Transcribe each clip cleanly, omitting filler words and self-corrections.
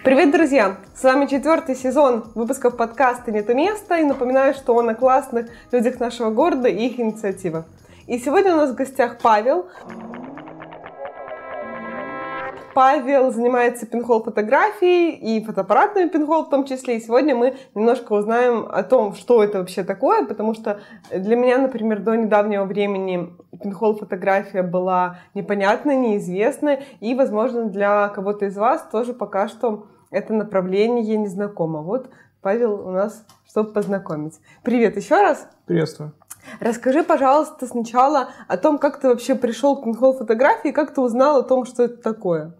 Привет, друзья! С вами 4-й сезон выпусков подкаста «Не то место», и напоминаю, что он о классных людях нашего города и их инициативах. И сегодня у нас в гостях Павел. Павел занимается пинхол-фотографией и фотоаппаратными пинхол в том числе. И сегодня мы немножко узнаем о том, что это вообще такое, потому что для меня, например, до недавнего времени пинхол-фотография была непонятной, неизвестной, и, возможно, для кого-то из вас тоже пока что это направление незнакомо. Вот Павел у нас, чтобы познакомить. Привет еще раз. Приветствую. Расскажи, пожалуйста, сначала о том, как ты вообще пришел к пинхол-фотографии, как ты узнал о том, что это такое.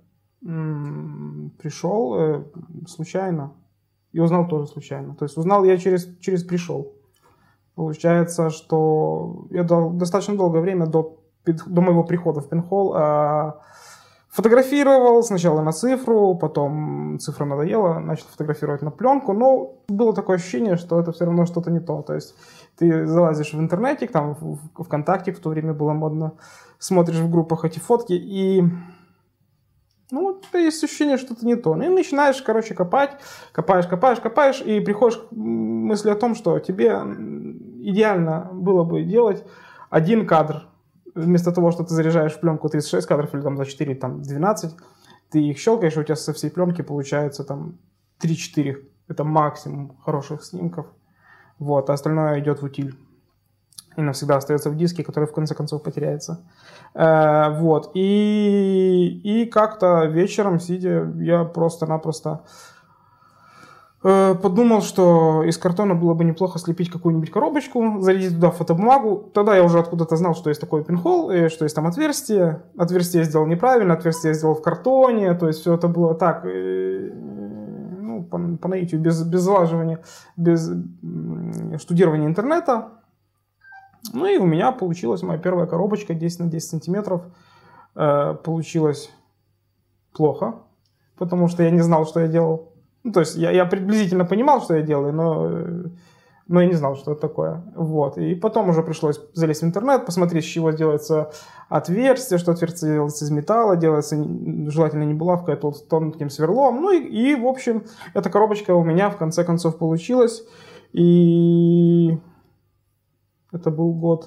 Пришел случайно и узнал тоже случайно. То есть узнал я через пришел. Получается, что я достаточно долгое время до моего прихода в пинхол фотографировал сначала на цифру, потом цифра надоела, начал фотографировать на пленку, но было такое ощущение, что это все равно что-то не то. То есть ты залазишь в интернетик, там в ВКонтакте в то время было модно, смотришь в группах эти фотки и... Ну, есть ощущение, что это не то. Ну, и начинаешь, копать, копаешь, и приходишь к мысли о том, что тебе идеально было бы делать один кадр. Вместо того, что ты заряжаешь в пленку 36 кадров или там за 4, там 12, ты их щелкаешь, и у тебя со всей пленки получается там 3-4. Это максимум хороших снимков. Вот, а остальное идет в утиль. И навсегда остается в диске, который в конце концов потеряется. Вот. И как-то вечером, сидя, я просто-напросто подумал, что из картона было бы неплохо слепить какую-нибудь коробочку, зарядить туда фотобумагу. Тогда я уже откуда-то знал, что есть такой пинхол, и что есть там отверстие. Отверстие я сделал неправильно, отверстие я сделал в картоне. То есть все это было так, ну, по наитию, без залаживания, без штудирования интернета. Ну и у меня получилась моя первая коробочка 10 на 10 сантиметров. Получилось плохо, потому что я не знал, что я делал. Ну, то есть я приблизительно понимал, что я делаю, но я не знал, что это такое. Вот. И потом уже пришлось залезть в интернет, посмотреть, с чего делается отверстие, что отверстие делается из металла, делается желательно не булавкой, а тонким сверлом. Ну и в общем, эта коробочка у меня в конце концов получилась. И... Это был год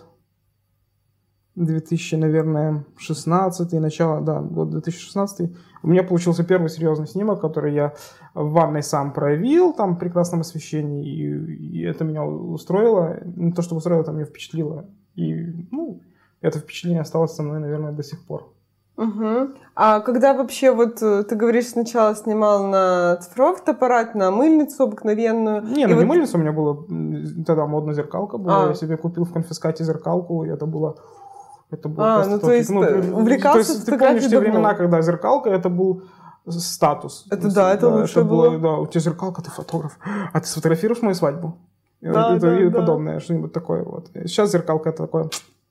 2016, начало, да, год 2016. У меня получился первый серьезный снимок, который я в ванной сам проявил, там в прекрасном освещении, и это меня устроило. Не то, что устроило, это меня впечатлило. И, ну, это впечатление осталось со мной, наверное, до сих пор. Угу. А когда вообще, вот ты говоришь, сначала снимал на цифровой фотоаппарат, на мыльницу обыкновенную? Не, не мыльницу, у меня было, тогда модно зеркалка была, я себе купил в конфискате зеркалку, и это было просто... Ну то есть увлекался фотографией. Ты помнишь те времена, когда зеркалка, это был статус. Это да, это лучше было. Да, у тебя зеркалка, ты фотограф, а ты сфотографируешь мою свадьбу? Да, и подобное, что-нибудь такое вот. Сейчас зеркалка это такое...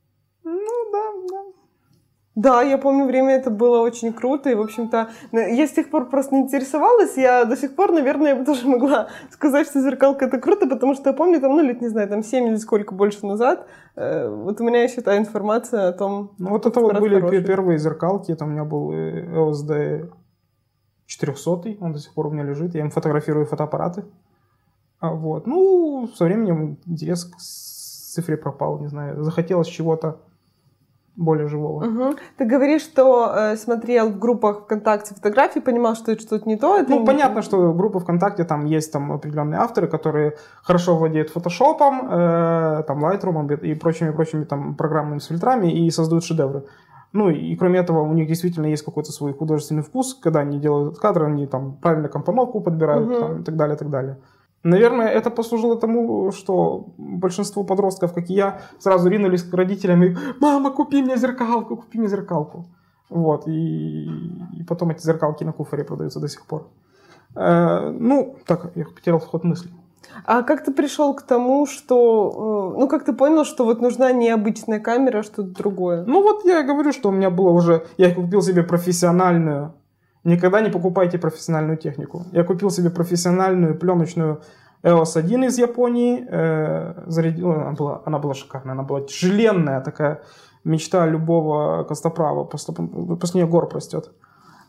Да, я помню, время это было очень круто, и, в общем-то, я с тех пор просто не интересовалась, я до сих пор, наверное, я бы тоже могла сказать, что зеркалка это круто, потому что я помню, там, ну, лет, не знаю, там, 7 или сколько больше назад, вот у меня еще та информация о том... Ну, вот это вот были первые зеркалки, там у меня был EOS D 400, он до сих пор у меня лежит, я им фотографирую фотоаппараты, вот, ну, со временем интерес к цифре пропал, не знаю, захотелось чего-то более живого. Угу. Ты говоришь, что смотрел в группах ВКонтакте фотографии, понимал, что это что-то не то? Ну, понятно, что группы ВКонтакте, там есть там определенные авторы, которые хорошо владеют фотошопом, там, Lightroom и прочими там программами с фильтрами и создают шедевры. Ну, и кроме этого, у них действительно есть какой-то свой художественный вкус, когда они делают кадры, они там правильно компоновку подбирают, там, и так далее, и так далее. Наверное, это послужило тому, что большинство подростков, как и я, сразу ринулись к родителям и «Мама, купи мне зеркалку, купи мне зеркалку». Вот, и потом эти зеркалки на куфоре продаются до сих пор. Ну, так, я потерял ход мысли. А как ты пришел к тому, что... Ну, как ты понял, что вот нужна не обычная камера, а что-то другое? Ну, вот я говорю, что у меня было уже... Я купил себе профессиональную... Никогда не покупайте профессиональную технику. Я купил себе профессиональную пленочную EOS 1 из Японии. Зарядил, она была шикарная, она была тяжеленная, такая мечта любого костоправа. После нее горб растет.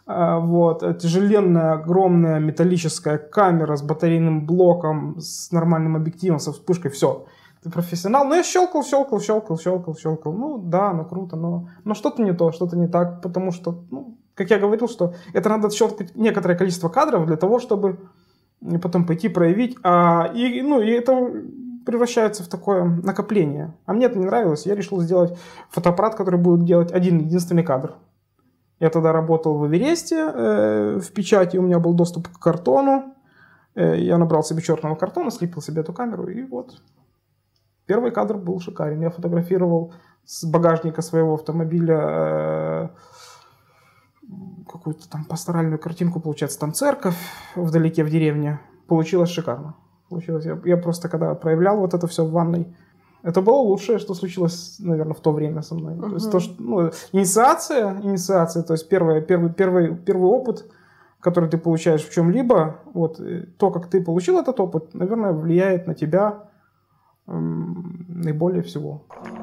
Вот, тяжеленная, огромная металлическая камера с батарейным блоком, с нормальным объективом, со вспышкой, все. Ты профессионал. Но я щелкал. Ну да, ну круто, но что-то не то, что-то не так, потому что, ну, как я говорил, что это надо щелкать некоторое количество кадров для того, чтобы потом пойти проявить. И это превращается в такое накопление. А мне это не нравилось. Я решил сделать фотоаппарат, который будет делать один единственный кадр. Я тогда работал в Эвересте в печати, у меня был доступ к картону. Я набрал себе черного картона, слепил себе эту камеру, и вот. Первый кадр был шикарен. Я фотографировал с багажника своего автомобиля какую-то там пасторальную картинку, получается, там церковь вдалеке в деревне. Получилось шикарно. Я просто когда проявлял вот это все в ванной, это было лучшее, что случилось, наверное, в то время со мной. То есть то, что, инициация, то есть первый опыт, который ты получаешь в чем-либо, вот, то, как ты получил этот опыт, наверное, влияет на тебя наиболее всего.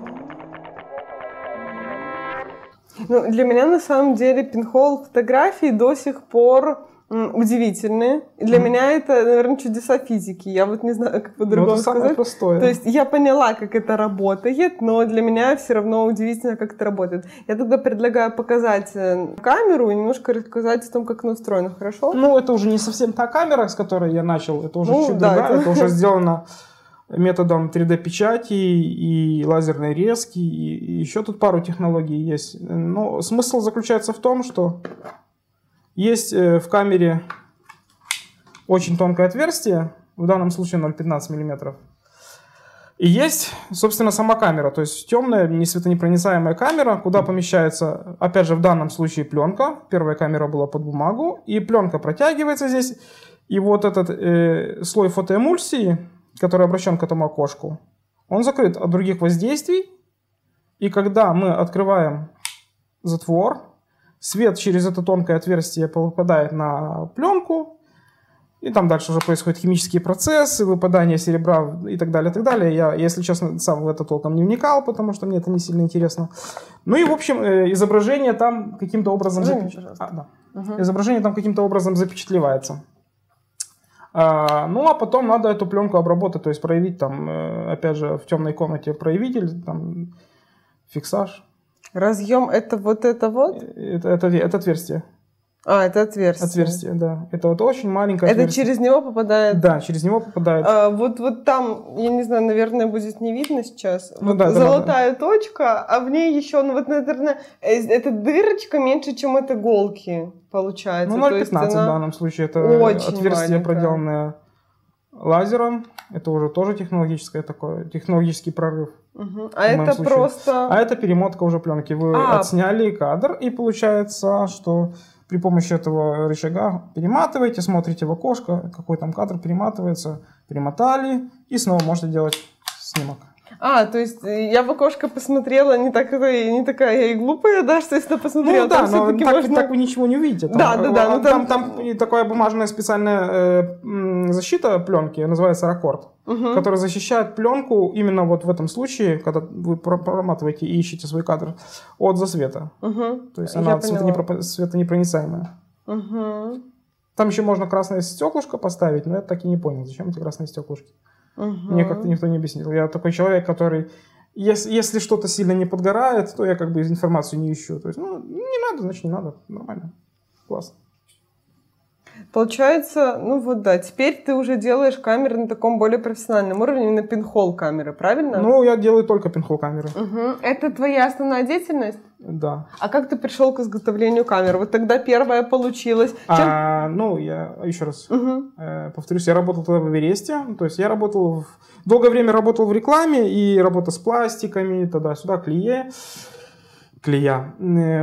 Ну, для меня, на самом деле, пинхол фотографий до сих пор удивительные. Для меня это, наверное, чудеса физики. Я вот не знаю, как по-другому сказать. Самое простое. То есть я поняла, как это работает, но для меня все равно удивительно, как это работает. Я тогда предлагаю показать камеру и немножко рассказать о том, как она устроена. Хорошо? Ну, это уже не совсем та камера, с которой я начал. Это уже чуть другая. Это уже сделано методом 3D-печати и лазерной резки, и еще тут пару технологий есть. Но смысл заключается в том, что есть в камере очень тонкое отверстие, в данном случае 0,15 мм. И есть, собственно, сама камера, то есть темная, несветонепроницаемая камера, куда помещается, опять же, в данном случае пленка. Первая камера была под бумагу, и пленка протягивается здесь. И вот этот слой фотоэмульсии, который обращен к этому окошку, он закрыт от других воздействий. И когда мы открываем затвор, свет через это тонкое отверстие попадает на пленку, и там дальше уже происходят химические процессы, выпадание серебра и так далее, и так далее. Я, если честно, сам в это толком не вникал, потому что мне это не сильно интересно. Ну и, в общем, изображение там каким-то образом изображение там каким-то образом запечатлевается. Ну, а потом надо эту пленку обработать, то есть проявить там, опять же, в темной комнате проявитель, там, фиксаж. Разъем это вот? Это отверстие. Это отверстие. Отверстие, да. Это вот очень маленькое отверстие. Это через него попадает? Да, через него попадает. Вот там, я не знаю, наверное, будет не видно сейчас. Ну, да, золотая точка, а в ней еще, ну вот, наверное, эта дырочка меньше, чем от иголки получается. Ну, 0,15 в данном случае. Это отверстие, маленькое, проделанное лазером. Это уже тоже технологический прорыв. А это случае. Просто... А это перемотка уже пленки. Вы отсняли кадр, и получается, что при помощи этого рычага перематываете, смотрите в окошко, какой там кадр перематывается, перемотали, и снова можете делать снимок. То есть я в окошко посмотрела, не такая я и глупая, да, что если посмотрела. Ну да, но так вы ничего не увидите. Там такая бумажная специальная защита пленки, называется ракорд, которая защищает пленку именно вот в этом случае, когда вы проматываете и ищете свой кадр от засвета. То есть она светонепроницаемая. Там еще можно красное стеклышко поставить, но я так и не понял, зачем эти красные стеклышки. Мне как-то никто не объяснил. Я такой человек, который, если что-то сильно не подгорает, то я как бы информацию не ищу. То есть, не надо, значит не надо. Нормально. Классно. Получается, теперь ты уже делаешь камеры на таком более профессиональном уровне, на пинхол камеры, правильно? Ну, я делаю только пинхол камеры. Это твоя основная деятельность? Да. А как ты пришел к изготовлению камер? Вот тогда первая получилась. Я еще раз повторюсь, я работал тогда в Эвересте. То есть я долгое время работал в рекламе и работа с пластиками, туда-сюда, клея.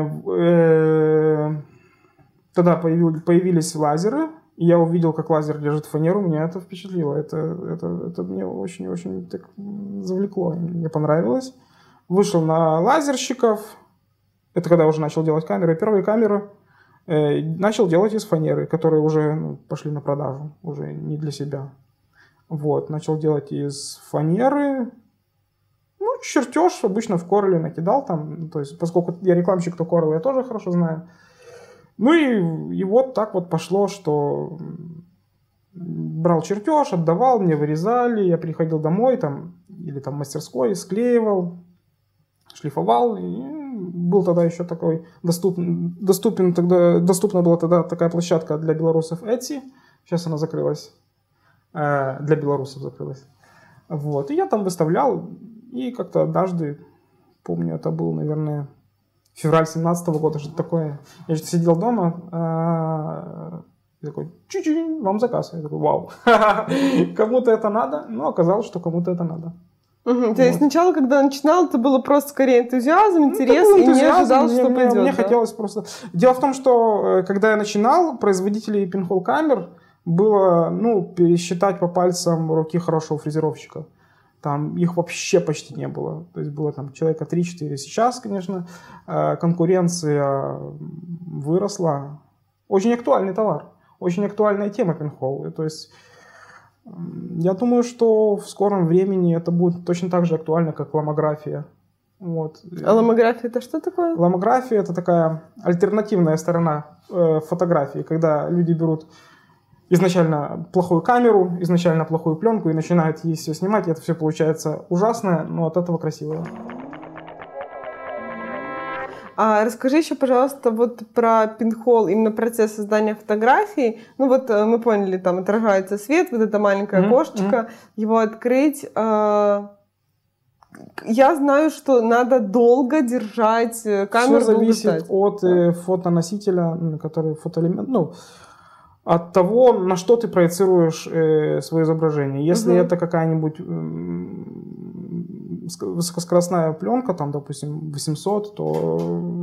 Тогда появились лазеры, и я увидел, как лазер держит фанеру, меня это впечатлило. Это мне очень-очень так завлекло, мне понравилось. Вышел на лазерщиков, это когда уже начал делать камеры. Первые камеры начал делать из фанеры, которые уже пошли на продажу, уже не для себя. Вот, начал делать из фанеры. Чертеж обычно в Corel накидал там, то есть, поскольку я рекламщик, то Corel я тоже хорошо знаю. Ну и вот так вот пошло, что брал чертеж, отдавал, мне вырезали, я приходил домой там, или там в мастерской, склеивал, шлифовал. И был тогда еще такой доступна была тогда такая площадка для белорусов Etsy. Сейчас она закрылась. Для белорусов закрылась. Вот. И я там выставлял. И как-то однажды, помню, это был, наверное, февраль 17-го года, что-то такое. Я что-то сидел дома, и такой, чуть-чуть, вам заказ. Я такой, вау, кому-то это надо. Ну, оказалось, что кому-то это надо. Угу. То есть сначала, когда начинал, это было просто скорее энтузиазм, интерес, и не ожидал, что пойдет. Мне хотелось просто... Дело в том, что когда я начинал, производителей пинхол-камер было, пересчитать по пальцам руки хорошего фрезеровщика. Там их вообще почти не было. То есть было там человека 3-4. Сейчас, конечно, конкуренция выросла. Очень актуальный товар. Очень актуальная тема пинхол. То есть я думаю, что в скором времени это будет точно так же актуально, как ломография. Вот. А ломография это что такое? Ломография это такая альтернативная сторона фотографии, когда люди берут изначально плохую камеру, изначально плохую пленку и начинают ей все снимать, и это все получается ужасное, но от этого красивое. А расскажи еще, пожалуйста, вот про пинхол, именно процесс создания фотографий. Ну вот мы поняли, там отражается свет, вот это маленькое окошечко, его открыть. Я знаю, что надо долго держать камеру. Все зависит от фотоносителя, который фотоэлемент, от того, на что ты проецируешь свое изображение. Если это какая-нибудь высокоскоростная пленка, там, допустим, 800, то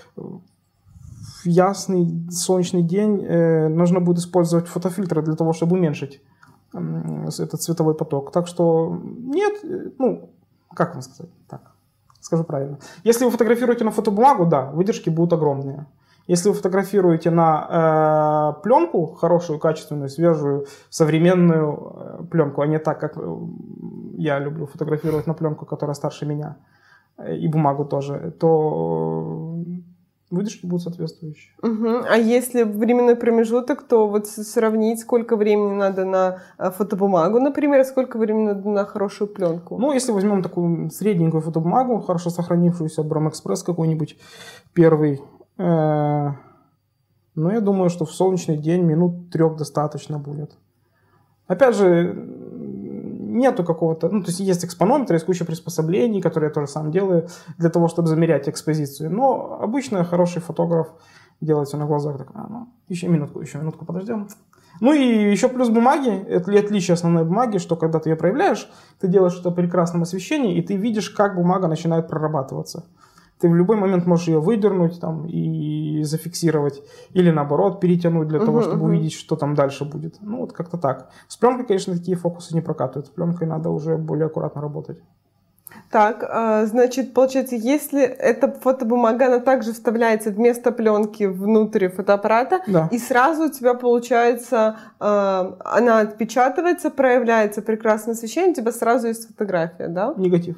в ясный солнечный день нужно будет использовать фотофильтры для того, чтобы уменьшить этот цветовой поток. Так что нет, как вам сказать? Так, скажу правильно. Если вы фотографируете на фотобумагу, да, выдержки будут огромные. Если вы фотографируете на пленку, хорошую, качественную, свежую, современную пленку, а не так, как я люблю фотографировать на пленку, которая старше меня, и бумагу тоже, то выдержки будут соответствующие. А если временной промежуток, то вот сравнить, сколько времени надо на фотобумагу, например, сколько времени надо на хорошую пленку? Если возьмем такую средненькую фотобумагу, хорошо сохранившуюся, Бром-экспресс какой-нибудь, первый, я думаю, что в солнечный день минут 3 достаточно будет. Опять же, нету какого-то... то есть есть экспонометр, есть куча приспособлений, которые я тоже сам делаю, для того, чтобы замерять экспозицию. Но обычно хороший фотограф делает все на глазах. Так, еще минутку подождем. И еще плюс бумаги, это отличие основной бумаги, что когда ты ее проявляешь, ты делаешь это при красном освещении, и ты видишь, как бумага начинает прорабатываться. Ты в любой момент можешь ее выдернуть там, и зафиксировать, или наоборот перетянуть для того, чтобы увидеть, что там дальше будет. Вот как-то так. С пленкой, конечно, такие фокусы не прокатывают. С пленкой надо уже более аккуратно работать. Так, значит, получается, если эта фотобумага, она также вставляется вместо пленки внутрь фотоаппарата, да. И сразу у тебя, получается, она отпечатывается, проявляется прекрасное освещение, у тебя сразу есть фотография, да? Негатив.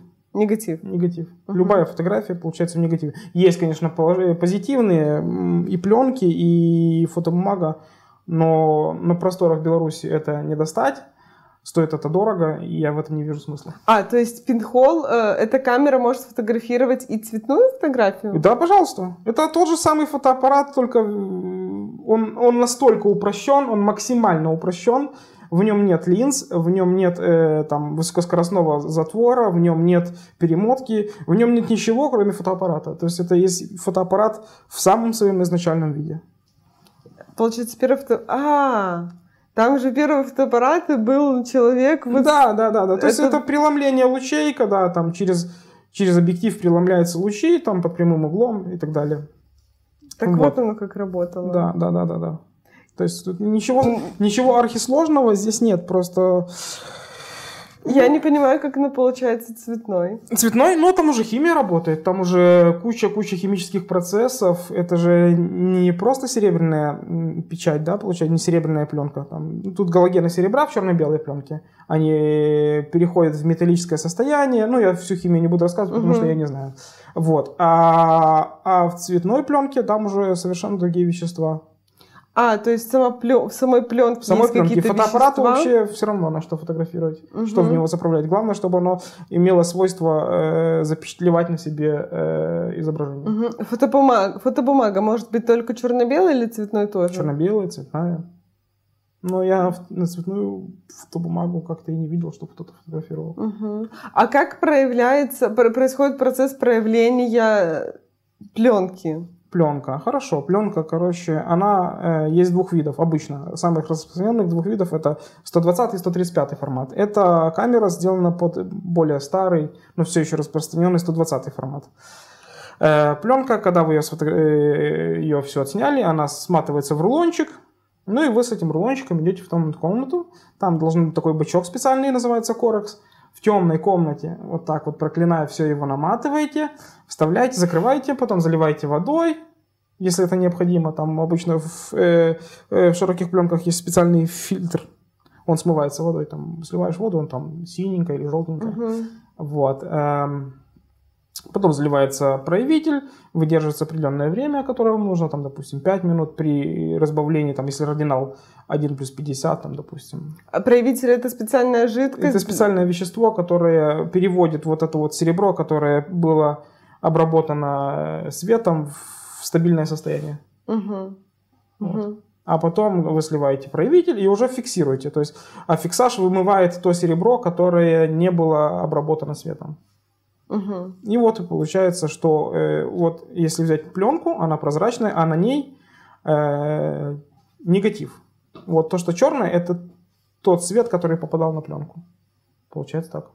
Любая фотография получается в негативе. Есть, конечно, позитивные и пленки, и фотобумага, но на просторах Беларуси это не достать. Стоит это дорого, и я в этом не вижу смысла. То есть пинхол, эта камера может сфотографировать и цветную фотографию? Да, пожалуйста. Это тот же самый фотоаппарат, только он настолько упрощен, он максимально упрощен. В нем нет линз, в нем нет высокоскоростного затвора, в нем нет перемотки, в нем нет ничего, кроме фотоаппарата. То есть это есть фотоаппарат в самом своем изначальном виде. Получается, там же первый фотоаппарат и был человек... Да. То есть это преломление лучей, когда там через объектив преломляются лучи там под прямым углом и так далее. Так вот оно как работало. Да. То есть тут ничего архисложного здесь нет, просто... Я не понимаю, как оно получается цветной. Цветной? Там уже химия работает, там уже куча химических процессов. Это же не просто серебряная печать, да, получается, не серебряная пленка. Тут галогены серебра в черно-белой пленке. Они переходят в металлическое состояние. Я всю химию не буду рассказывать, потому что я не знаю. Вот. А А в цветной пленке там уже совершенно другие вещества. То есть в самой пленке есть какие-то фотоаппарату вещества? вообще все равно на что фотографировать, что в него заправлять. Главное, чтобы оно имело свойство запечатлевать на себе изображение. Фотобумага может быть только черно-белая или цветной тоже? Черно-белая, цветная. Но я на цветную фотобумагу как-то и не видел, чтобы кто-то фотографировал. А как происходит процесс проявления пленки? Пленка. Хорошо. Пленка, короче, она есть двух видов обычно. Самых распространенных двух видов это 120 и 135 формат. Эта камера сделана под более старый, но все еще распространенный 120 формат. Пленка, когда вы ее все отсняли, она сматывается в рулончик. Ну и вы с этим рулончиком идете в ту комнату. Там должен быть такой бачок специальный, называется корекс. В темной комнате вот так вот проклиная все его наматываете, вставляете, закрываете, потом заливаете водой, если это необходимо. Там обычно в широких пленках есть специальный фильтр, он смывается водой. Там сливаешь воду, он там синенькая или желтенькая. Вот. Потом заливается проявитель, выдерживается определенное время, которое вам нужно, там, допустим, 5 минут при разбавлении, там, если кардинал 1+50, там, допустим. А проявитель это специальная жидкость? Это специальное вещество, которое переводит вот это вот серебро, которое было обработано светом, в стабильное состояние. Вот. А потом вы сливаете проявитель и уже фиксируете. То есть, а фиксаж вымывает то серебро, которое не было обработано светом. И вот и получается, что вот если взять пленку, она прозрачная, а на ней негатив. Вот то, что черное, это тот свет, который попадал на пленку. Получается так.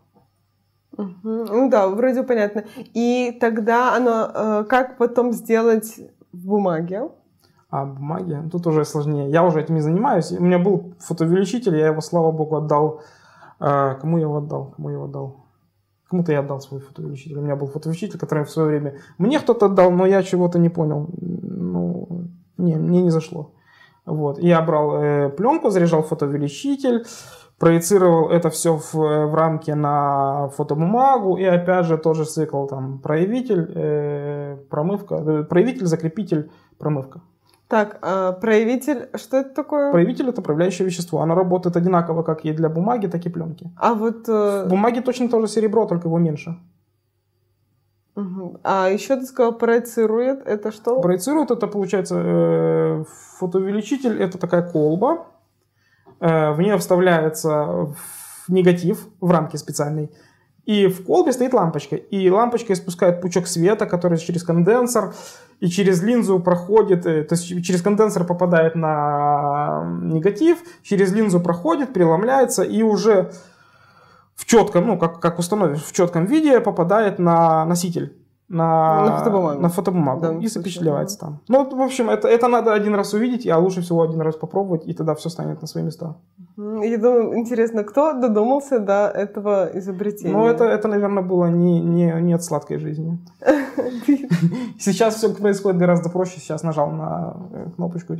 Ну да, вроде понятно. И тогда оно как потом сделать в бумаге? А бумаге? Тут уже сложнее. Я уже этим не занимаюсь. У меня был фотоувеличитель, я его, слава богу, отдал. Кому я его отдал? Кому-то я отдал свой фотоувеличитель. У меня был фотоувеличитель, который в свое время мне кто-то отдал, но я чего-то не понял. Ну, мне не зашло. Вот. Я брал пленку, заряжал фотоувеличитель, проецировал это все в рамке на фотобумагу. И опять же тоже цикл там проявитель, промывка. Проявитель, закрепитель, промывка. Так, а проявитель, что это такое? Проявитель — это проявляющее вещество. Оно работает одинаково как и для бумаги, так и пленки. А вот... В бумаге точно то же серебро, только его меньше. А еще ты сказал, проецирует. Это что? Проецирует — это, получается, фотоувеличитель — это такая колба. В нее вставляется негатив в рамке специальной. И в колбе стоит лампочка. И лампочка испускает пучок света, который через конденсор и через линзу проходит. То есть через конденсор попадает на негатив, через линзу проходит, преломляется и уже в четком, ну как установишь, в четком виде попадает на носитель. На фотобумагу Да, и запечатлевается там. Ну, в общем, это надо один раз увидеть, а лучше всего один раз попробовать, и тогда все станет на свои места. Я думаю, интересно, кто додумался до этого изобретения? Ну, это наверное, было не от сладкой жизни. Сейчас все происходит гораздо проще. Сейчас нажал на кнопочку.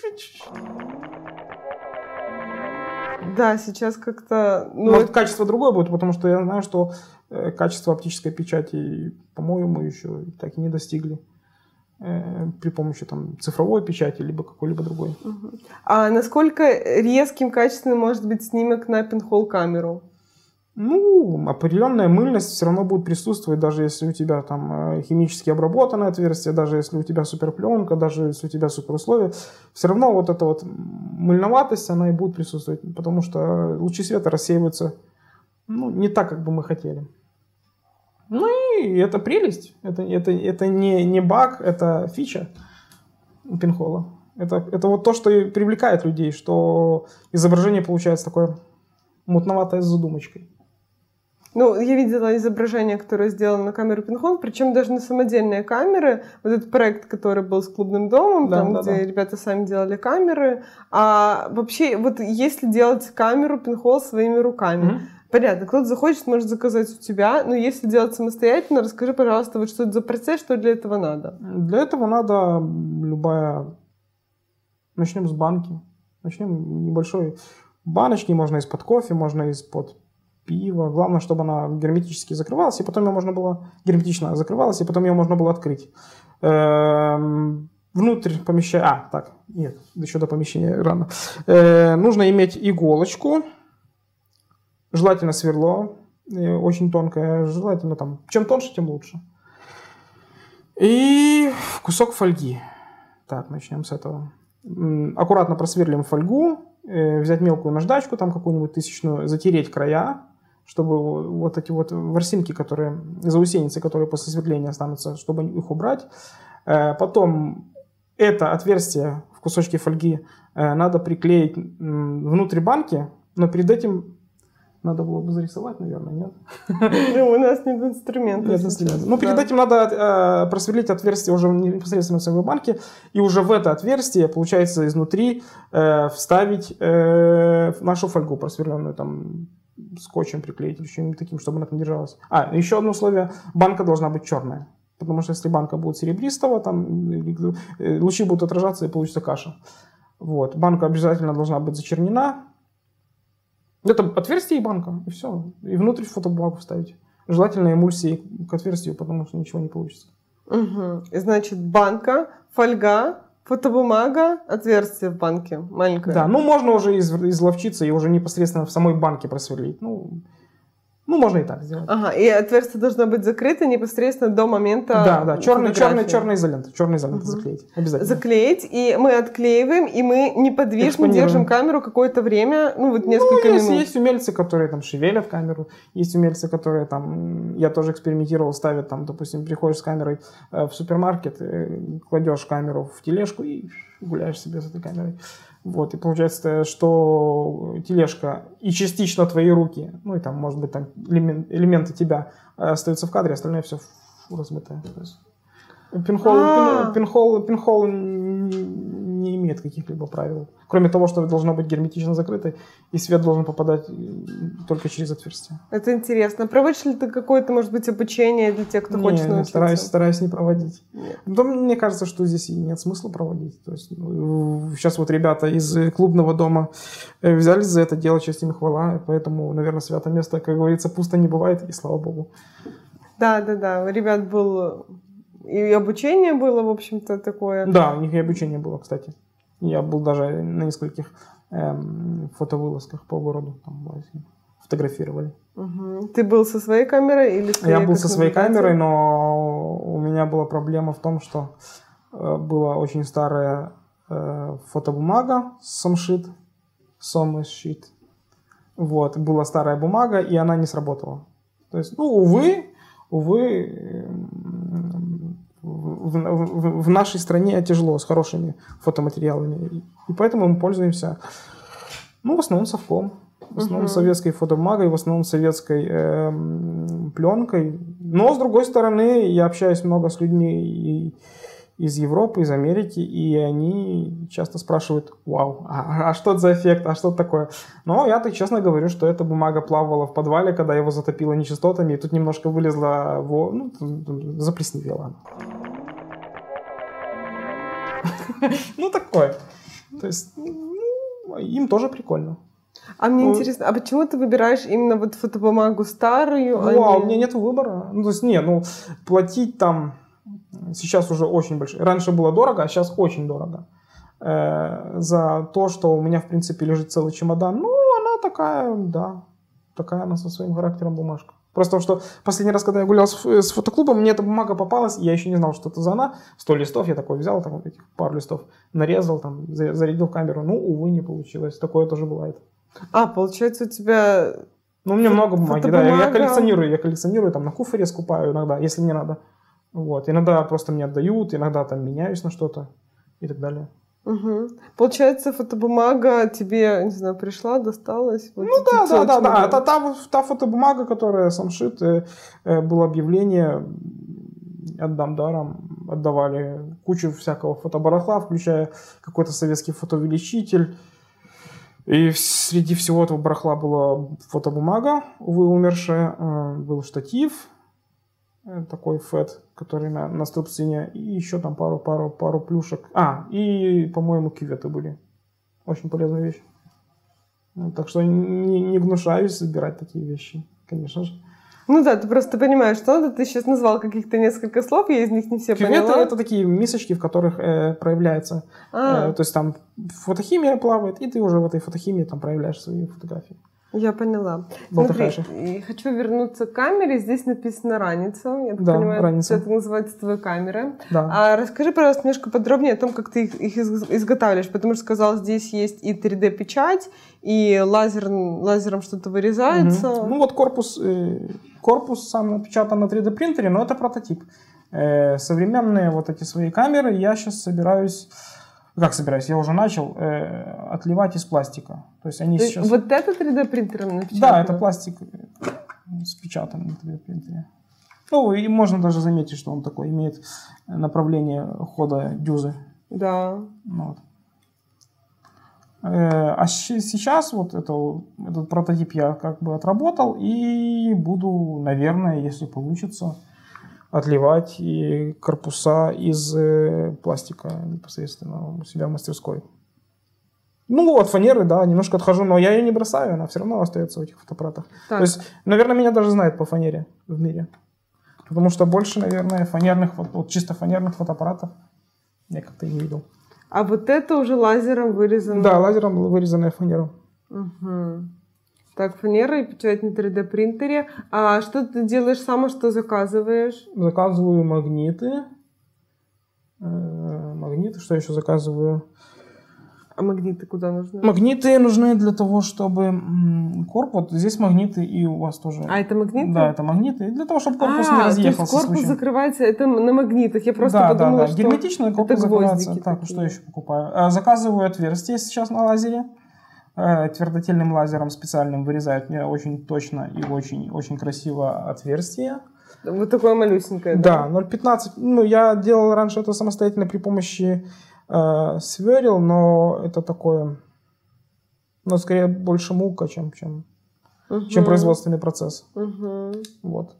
Да, сейчас как-то... Может, качество другое будет, потому что я знаю, что качество оптической печати, по-моему, еще так и не достигли при помощи там цифровой печати, либо какой-либо другой. А насколько резким, качественным может быть снимок на пинхол-камеру? Ну, определенная мыльность все равно будет присутствовать, даже если у тебя там химически обработанное отверстие, даже если у тебя суперпленка, даже если у тебя суперусловия, все равно вот эта вот мыльноватость, она и будет присутствовать, потому что лучи света рассеиваются, ну, не так, как бы мы хотели. Ну и это прелесть, это не баг, это фича пинхола. Это вот то, что и привлекает людей, что изображение получается такое мутноватое с задумочкой. Ну, я видела изображение, которое сделано на камеру пинхол, причем даже на самодельные камеры. Вот этот проект, который был с клубным домом, где ребята сами делали камеры. А вообще, вот если делать камеру пинхол своими руками, понятно, кто-то захочет, может заказать у тебя, но если делать самостоятельно, расскажи, пожалуйста, вот что это за процесс, что для этого надо? Для этого надо любая... Начнем с банки. Начнем небольшой баночки, можно из-под кофе, можно из-под пива. Главное, чтобы она герметически закрывалась, и потом ее можно было... Герметично закрывалась, и потом ее можно было открыть. Внутрь помещения... нет, еще до помещения рано. Нужно иметь иголочку, желательно сверло, очень тонкое, желательно там, чем тоньше, тем лучше. И кусок фольги. Так, начнем с этого. Аккуратно просверлим фольгу, взять мелкую наждачку, там какую-нибудь тысячную, затереть края, чтобы вот эти вот ворсинки, которые, заусеницы, которые после сверления останутся, чтобы их убрать. Потом это отверстие в кусочке фольги надо приклеить внутрь банки, но перед этим надо было бы зарисовать, наверное, нет? У нас нет инструмента. Нет инструмента. Но перед этим надо просверлить отверстие уже непосредственно в самой банке, и уже в это отверстие, получается, изнутри вставить нашу фольгу просверленную, там, скотчем приклеить или чем-нибудь таким, чтобы она там держалась. Еще одно условие, банка должна быть черная. Потому что если банка будет серебристого, там лучи будут отражаться и получится каша. Вот. Банка обязательно должна быть зачернена. Это отверстие и банка, и все. И внутрь фотобумагу вставить. Желательно эмульсией к отверстию, потому что ничего не получится. Угу. Значит, банка, фольга, фотобумага, отверстие в банке маленькое. Да, можно уже изловчиться и уже непосредственно в самой банке просверлить. Можно и так сделать. Ага, и отверстие должно быть закрыто непосредственно до момента. Да, черная изолента. Черная изолента заклеить. Обязательно. Заклеить, и мы отклеиваем, и мы неподвижно держим камеру какое-то время, несколько минут. Есть умельцы, которые там шевелят камеру, есть умельцы, которые там, я тоже экспериментировал, ставят там, допустим, приходишь с камерой в супермаркет, кладешь камеру в тележку и гуляешь себе с этой камерой. Вот, и получается, что тележка и частично твои руки, и там, может быть, там элементы тебя остаются в кадре, остальное все размытое. Пинхол не имеет каких-либо правил. Кроме того, что должно быть герметично закрыто, и свет должен попадать только через отверстие. Это интересно. Проводишь ли ты какое-то, может быть, обучение для тех, кто хочет научиться? Стараюсь не проводить. Но мне кажется, что здесь и нет смысла проводить. То есть, сейчас вот ребята из клубного дома взялись за это дело, честь им и хвала. Поэтому, наверное, святое место, как говорится, пусто не бывает, и слава богу. Да. У ребят было... И обучение было, в общем-то, такое. Да, у них и обучение было, кстати. Я был даже на нескольких фотовылазках по городу. Там фотографировали. Угу. Ты был со своей камерой или с Я был со своей камерой, но у меня была проблема в том, что была очень старая фотобумага Sommersheet. Вот, была старая бумага, и она не сработала. То есть, увы, в нашей стране тяжело с хорошими фотоматериалами. И поэтому мы пользуемся, в основном совком. В основном советской фотобумагой, в основном советской пленкой. Но, с другой стороны, я общаюсь много с людьми и из Европы, из Америки, и они часто спрашивают: вау, а что это за эффект, а что это такое? Но я так честно говорю, что эта бумага плавала в подвале, когда его затопило нечистотами, и тут немножко вылезла, заплесневела. Такое. То есть, им тоже прикольно. А мне интересно, а почему ты выбираешь именно вот фотобумагу старую? У меня нет выбора. Платить там сейчас уже очень большой. Раньше было дорого, а сейчас очень дорого. За то, что у меня, в принципе, лежит целый чемодан. Она такая, да. Такая она со своим характером бумажка. Просто что последний раз, когда я гулял с фотоклубом, мне эта бумага попалась, я еще не знал, что это за она. 100 листов я такой взял, там этих пару листов нарезал, там, зарядил камеру. Увы, не получилось. Такое тоже бывает. Получается, у тебя... У меня много бумаги, да. Я коллекционирую, там, на куфере скупаю иногда, если не надо. Вот. Иногда просто мне отдают, иногда там меняюсь на что-то и так далее. Угу. Получается, фотобумага тебе, не знаю, пришла, досталась? Да. Это та фотобумага, которая Sommersheet, было объявление, отдам даром, отдавали кучу всякого фотобарахла, включая какой-то советский фотоувеличитель. И среди всего этого барахла была фотобумага, увы, умершая, был штатив, такой фэт, который на струбцине, и еще там пару плюшек. И, по-моему, кюветы были. Очень полезная вещь. Так что не гнушаюсь собирать такие вещи, конечно же. Ну да, ты просто понимаешь, что надо. Ты сейчас назвал каких-то несколько слов, я из них не все Кюветы поняла. это такие мисочки, в которых проявляется. То есть там фотохимия плавает, и ты уже в этой фотохимии там проявляешь свои фотографии. Я поняла. Смотри, хочу вернуться к камере. Здесь написано «Раница». Я так понимаю, Раница. это называется твоя камера. Да. А расскажи, пожалуйста, немножко подробнее о том, как ты их изготавливаешь. Потому что сказал, здесь есть и 3D-печать, и лазером что-то вырезается. Ну вот корпус сам напечатан на 3D принтере, но это прототип. Современные вот эти свои камеры я сейчас собираюсь... Я уже начал отливать из пластика. То есть они сейчас... Вот это 3D принтером напечатано? Да, это пластик спечатанный на 3D принтере. Ну, и можно даже заметить, что он такой имеет направление хода дюзы. Да. Вот. А сейчас вот этот прототип я как бы отработал и буду, наверное, если получится, отливать и корпуса из пластика непосредственно у себя в мастерской. Ну, от фанеры, да, немножко отхожу, но я ее не бросаю, она все равно остается в этих фотоаппаратах. Так. То есть, наверное, меня даже знают по фанере в мире. Потому что больше, наверное, чисто фанерных фотоаппаратов я как-то и не видел. А вот это уже лазером вырезано? Да, лазером вырезанная фанера. Угу. Так, фанера и печать на 3D принтере. А что ты делаешь сам, а что заказываешь? Заказываю магниты. Что еще заказываю? А магниты куда нужны? Магниты нужны для того, чтобы корпус... Здесь магниты и у вас тоже. А это магниты? Да, это магниты. И для того, чтобы корпус не разъехался. То есть корпус закрывается, это на магнитах. Я просто подумала, что герметичный корпус закрывается. Так, что еще покупаю? Заказываю отверстие сейчас на лазере. Твердотельным лазером специальным вырезают мне очень точно и очень красиво отверстие. Вот такое малюсенькое, да? Да, 0,15. Ну, я делал раньше это самостоятельно при помощи сверил, но это такое, ну, скорее больше мука, чем производственный процесс. Вот.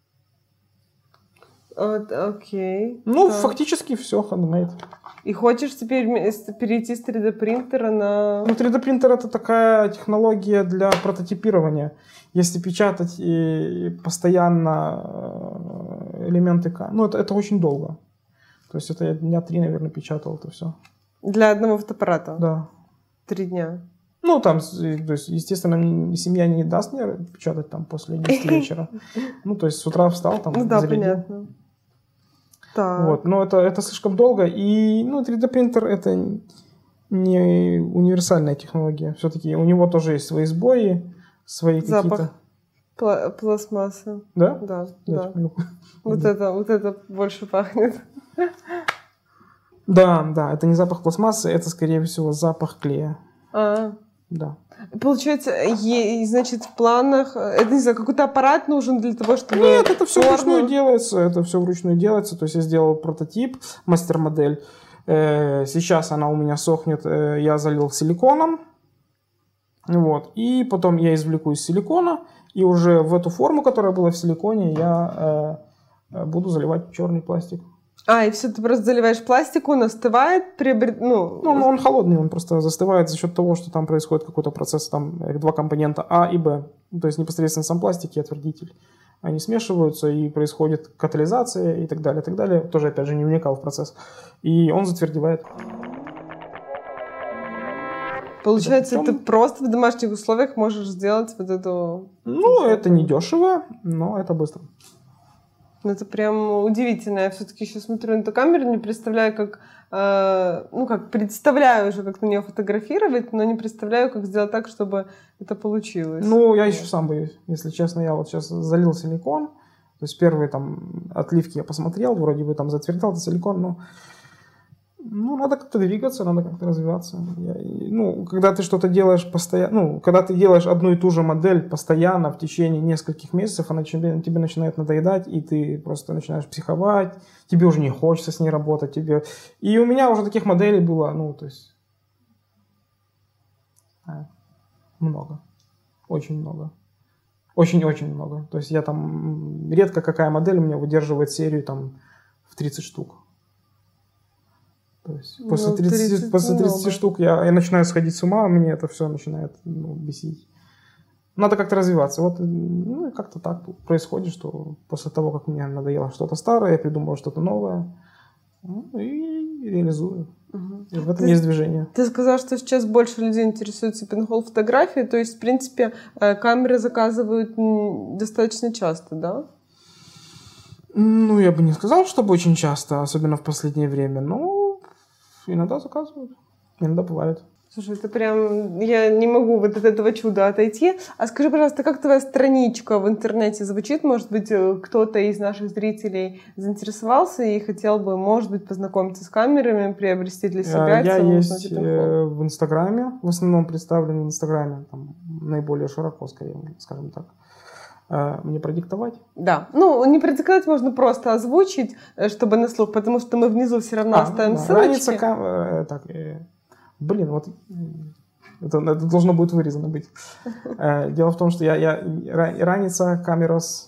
Окей. Ну, фактически все handmade. И хочешь теперь перейти с 3D принтера на... Ну, 3D принтер это такая технология для прототипирования. Если печатать и постоянно элементы... Ну, это очень долго. То есть это я дня 3, наверное, печатал это все. Для одного фотоаппарата? Да. 3 дня? Ну, там, то есть, естественно, семья не даст мне печатать там после 10 вечера. Ну, то есть с утра встал, там, ну, да, зарядил. Понятно. Так. Вот, но это слишком долго. И, 3D принтер это не универсальная технология. Все-таки у него тоже есть свои сбои, свои какие-то... Пластмассы. Да? Да. Вот это больше пахнет. Да, это не запах пластмассы, это, скорее всего, запах клея. Да. Получается, значит, в планах, это, не знаю, какой-то аппарат нужен для того, чтобы... Нет, это все вручную делается, то есть я сделал прототип, мастер-модель. Сейчас она у меня сохнет, я залил силиконом, вот, и потом я извлеку из силикона, и уже в эту форму, которая была в силиконе, я буду заливать черный пластик. И все, ты просто заливаешь пластик, он остывает, он холодный, он просто застывает за счет того, что там происходит какой-то процесс, там два компонента А и Б, то есть непосредственно сам пластик и отвердитель. Они смешиваются, и происходит катализация и так далее, так далее. Тоже, опять же, не вникал в процесс. И он затвердевает. Получается, ты просто в домашних условиях можешь сделать вот эту... Ну, это не дешево, но это быстро. Это прям удивительно. Я все-таки еще смотрю на эту камеру, не представляю, представляю уже, как на нее фотографировать, но не представляю, как сделать так, чтобы это получилось. Ну, я еще сам боюсь, если честно. Я вот сейчас залил силикон, то есть первые там отливки я посмотрел, вроде бы там затвердел этот силикон, но надо как-то двигаться, надо как-то развиваться. Когда ты что-то делаешь постоянно, когда ты делаешь одну и ту же модель постоянно в течение нескольких месяцев, она тебе начинает надоедать, и ты просто начинаешь психовать, тебе уже не хочется с ней работать. И у меня уже таких моделей было, много. Очень много. Очень-очень много. То есть я там, редко какая модель у меня выдерживает серию там в 30 штук. То есть после 30 штук я начинаю сходить с ума, мне это все начинает бесить. Надо как-то развиваться. Вот, ну, и как-то так происходит, что после того, как мне надоело что-то старое, я придумал что-то новое, ну, и реализую. И в этом есть движение. Ты сказал, что сейчас больше людей интересуются пинхолл фотографией, то есть, в принципе, камеры заказывают достаточно часто, да? Ну, я бы не сказал, чтобы очень часто, особенно в последнее время, но иногда заказывают, иногда бывает. Слушай, это прям... Я не могу вот от этого чуда отойти. А скажи, пожалуйста, как твоя страничка в интернете звучит? Может быть, кто-то из наших зрителей заинтересовался и хотел бы, может быть, познакомиться с камерами, приобрести для себя? Я есть в Инстаграме, в основном представлен в Инстаграме, там, наиболее широко, скорее, скажем так. Мне продиктовать? Да. Ну, не продиктовать, можно просто озвучить, чтобы на слух, потому что мы внизу все равно оставим ссылочки. Блин, вот это должно будет вырезано быть. Дело в том, что Раница Камерос,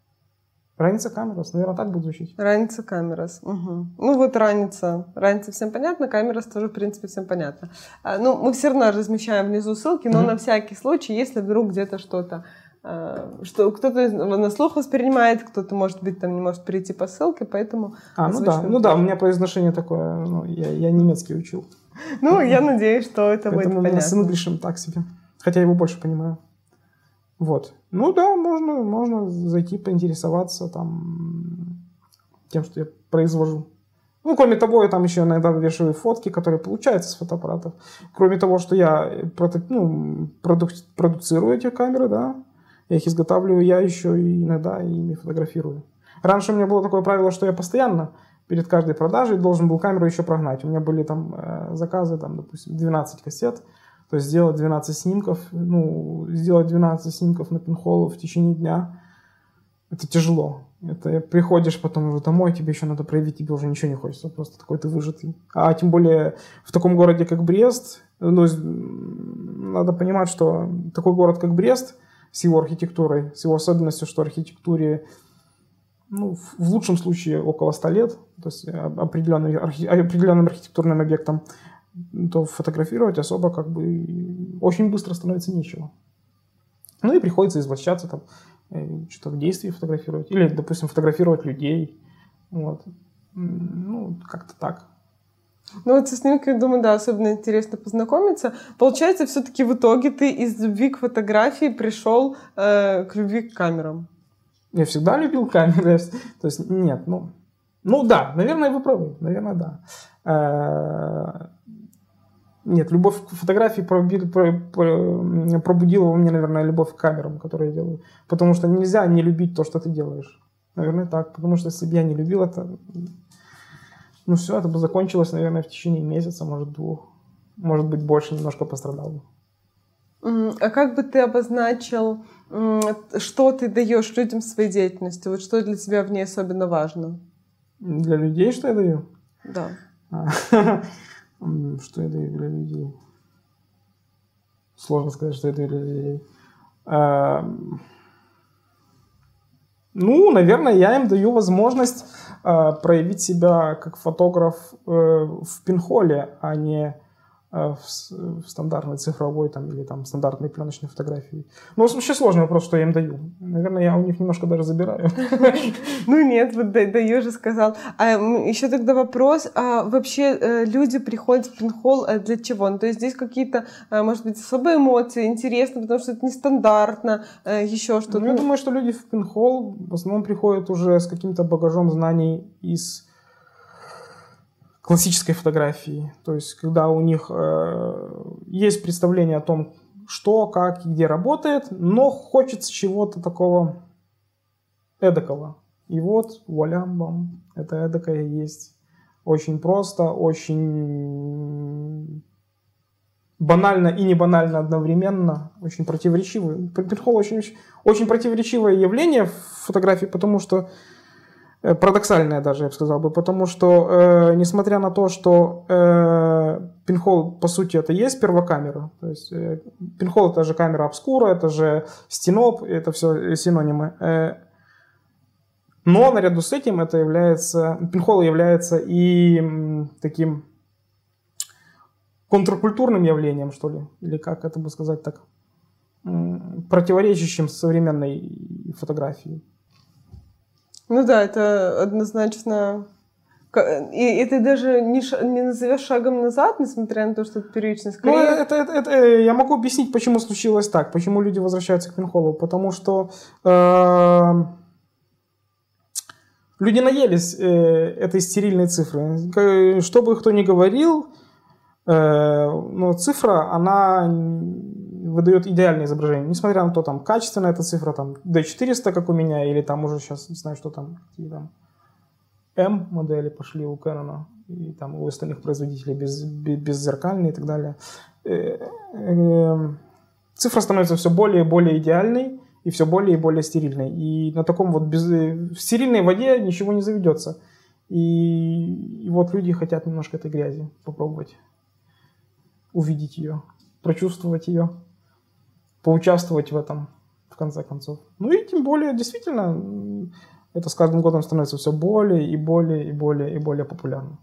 наверное, так будет звучить. Раница Камерос. Угу. Ну вот Раница всем понятно, Камерос тоже, в принципе, всем понятно. Ну, мы все равно размещаем внизу ссылки, но на всякий случай, если вдруг где-то что-то, что кто-то на слух воспринимает, кто-то, может быть, там не может перейти по ссылке, поэтому... Ну да, у меня произношение такое, ну, я немецкий учил. Ну, я надеюсь, что это будет понятно. Поэтому у меня с инглишем так себе, хотя я его больше понимаю. Вот. Ну да, можно зайти поинтересоваться там тем, что я произвожу. Ну, кроме того, я там еще иногда вывешиваю фотки, которые получаются с фотоаппаратов. Кроме того, что я продуцирую эти камеры, да, я их изготавливаю, я еще и иногда ими фотографирую. Раньше у меня было такое правило, что я постоянно перед каждой продажей должен был камеру еще прогнать. У меня были там заказы, там, допустим, 12 кассет, то есть сделать 12 снимков, сделать 12 снимков на пинхолл в течение дня, это тяжело. Это приходишь потом уже домой, тебе еще надо проявить, тебе уже ничего не хочется, просто такой ты выжатый. А тем более в таком городе, как Брест, надо понимать, что такой город, как Брест, с его архитектурой, с его особенностью, что архитектуре, в лучшем случае около 100 лет, то есть определенным архитектурным объектом, то фотографировать особо очень быстро становится нечего. Ну и приходится извращаться, там, что-то в действии фотографировать. Или, допустим, фотографировать людей. Вот. Как-то так. Ну вот со снимками, думаю, да, особенно интересно познакомиться. Получается, все-таки в итоге ты из любви к фотографии пришел к любви к камерам. Я всегда любил камеры. То есть, нет, да, наверное, вы правы. Наверное, да. Нет, любовь к фотографии пробудила во мне, наверное, любовь к камерам, которые я делаю. Потому что нельзя не любить то, что ты делаешь. Наверное, так. Потому что если бы я не любил это, все, это бы закончилось, наверное, в течение месяца, может, 2. Может быть, больше немножко пострадал бы. А как бы ты обозначил, что ты даешь людям в своей деятельности? Вот что для тебя в ней особенно важно? Для людей что я даю? Да. Что я даю для людей? Сложно сказать, что я даю для людей. Наверное, я им даю возможность проявить себя как фотограф в пинхолле, а не в стандартной цифровой или стандартной пленочной фотографии. Вообще сложный вопрос, что я им даю. Наверное, я у них немножко даже забираю. Нет, вот даю же сказал. А еще тогда вопрос, а вообще люди приходят в пинхолл для чего? То есть здесь какие-то, может быть, особые эмоции, интересно, потому что это нестандартно, еще что-то. Я думаю, что люди в пинхолл в основном приходят уже с каким-то багажом знаний из классической фотографии. То есть, когда у них есть представление о том, что, как и где работает, но хочется чего-то такого эдакого. И вот, вуаля, бам, это эдакое есть. Очень просто, очень банально и не банально одновременно. Очень противоречивый. Пинхолл очень противоречивое явление в фотографии, потому что парадоксальное даже, я бы сказал бы, потому что, несмотря на то, что пинхолл, по сути, это есть первокамера, то есть пинхолл это же камера обскура, это же стеноп, это все синонимы, но наряду с этим пинхолл является и таким контркультурным явлением, что ли, или как это бы сказать так. противоречащим современной фотографии. Ну да, это однозначно... И ты даже не назовешь шагом назад, несмотря на то, что это первичность. Ну, я могу объяснить, почему случилось так, почему люди возвращаются к пинхолу. Потому что люди наелись этой стерильной цифры. Что бы кто ни говорил, но цифра, она выдает идеальное изображение. Несмотря на то, там, качественная эта цифра, там, D400, как у меня, или там уже сейчас, не знаю, что там, какие там M-модели пошли у Canon, и там у остальных производителей беззеркальные и так далее. Цифра становится все более и более идеальной, и все более и более стерильной. И на таком вот в стерильной воде ничего не заведется. И вот люди хотят немножко этой грязи попробовать увидеть ее, прочувствовать ее, поучаствовать в этом, в конце концов. Ну и тем более, действительно, это с каждым годом становится все более и более и более и более популярным.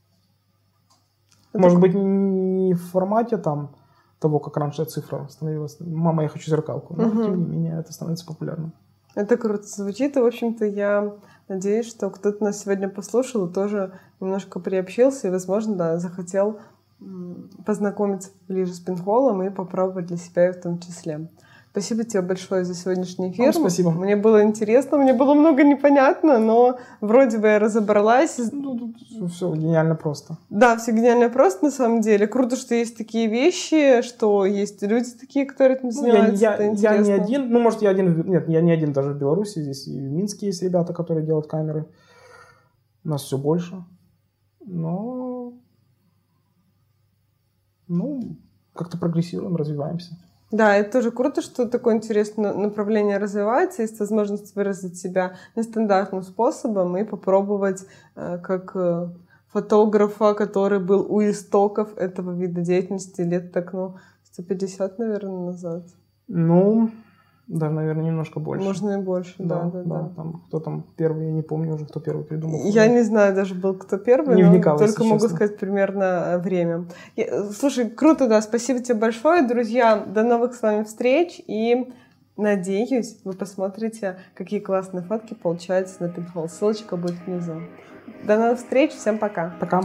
Может быть, не в формате там того, как раньше цифра становилась. Мама, я хочу зеркалку. Но, тем не менее, это становится популярным. Это круто звучит. И, в общем-то, я надеюсь, что кто-то нас сегодня послушал и тоже немножко приобщился и, возможно, да, захотел познакомиться ближе с пинхолом и попробовать для себя в том числе. Спасибо тебе большое за сегодняшний эфир. Спасибо. Мне было интересно, мне было много непонятно, но вроде бы я разобралась. Все гениально просто. Да, все гениально просто на самом деле. Круто, что есть такие вещи, что есть люди такие, которые этим занимаются. Я не один, может я один, нет, я не один даже в Беларуси, здесь и в Минске есть ребята, которые делают камеры. Нас все больше. Но как-то прогрессируем, развиваемся. Да, это тоже круто, что такое интересное направление развивается, есть возможность выразить себя нестандартным способом и попробовать как фотографа, который был у истоков этого вида деятельности лет так, 150, наверное, назад. Даже, наверное, немножко больше. Можно и больше, да. Там, кто там первый, я не помню уже, кто первый придумал. Я не знаю даже был, кто первый, не вникал, только могу сказать примерно время. Слушай, круто, да, спасибо тебе большое, друзья, до новых с вами встреч, и надеюсь, вы посмотрите, какие классные фотки получаются на Pinhole. Ссылочка будет внизу. До новых встреч, всем пока. Пока.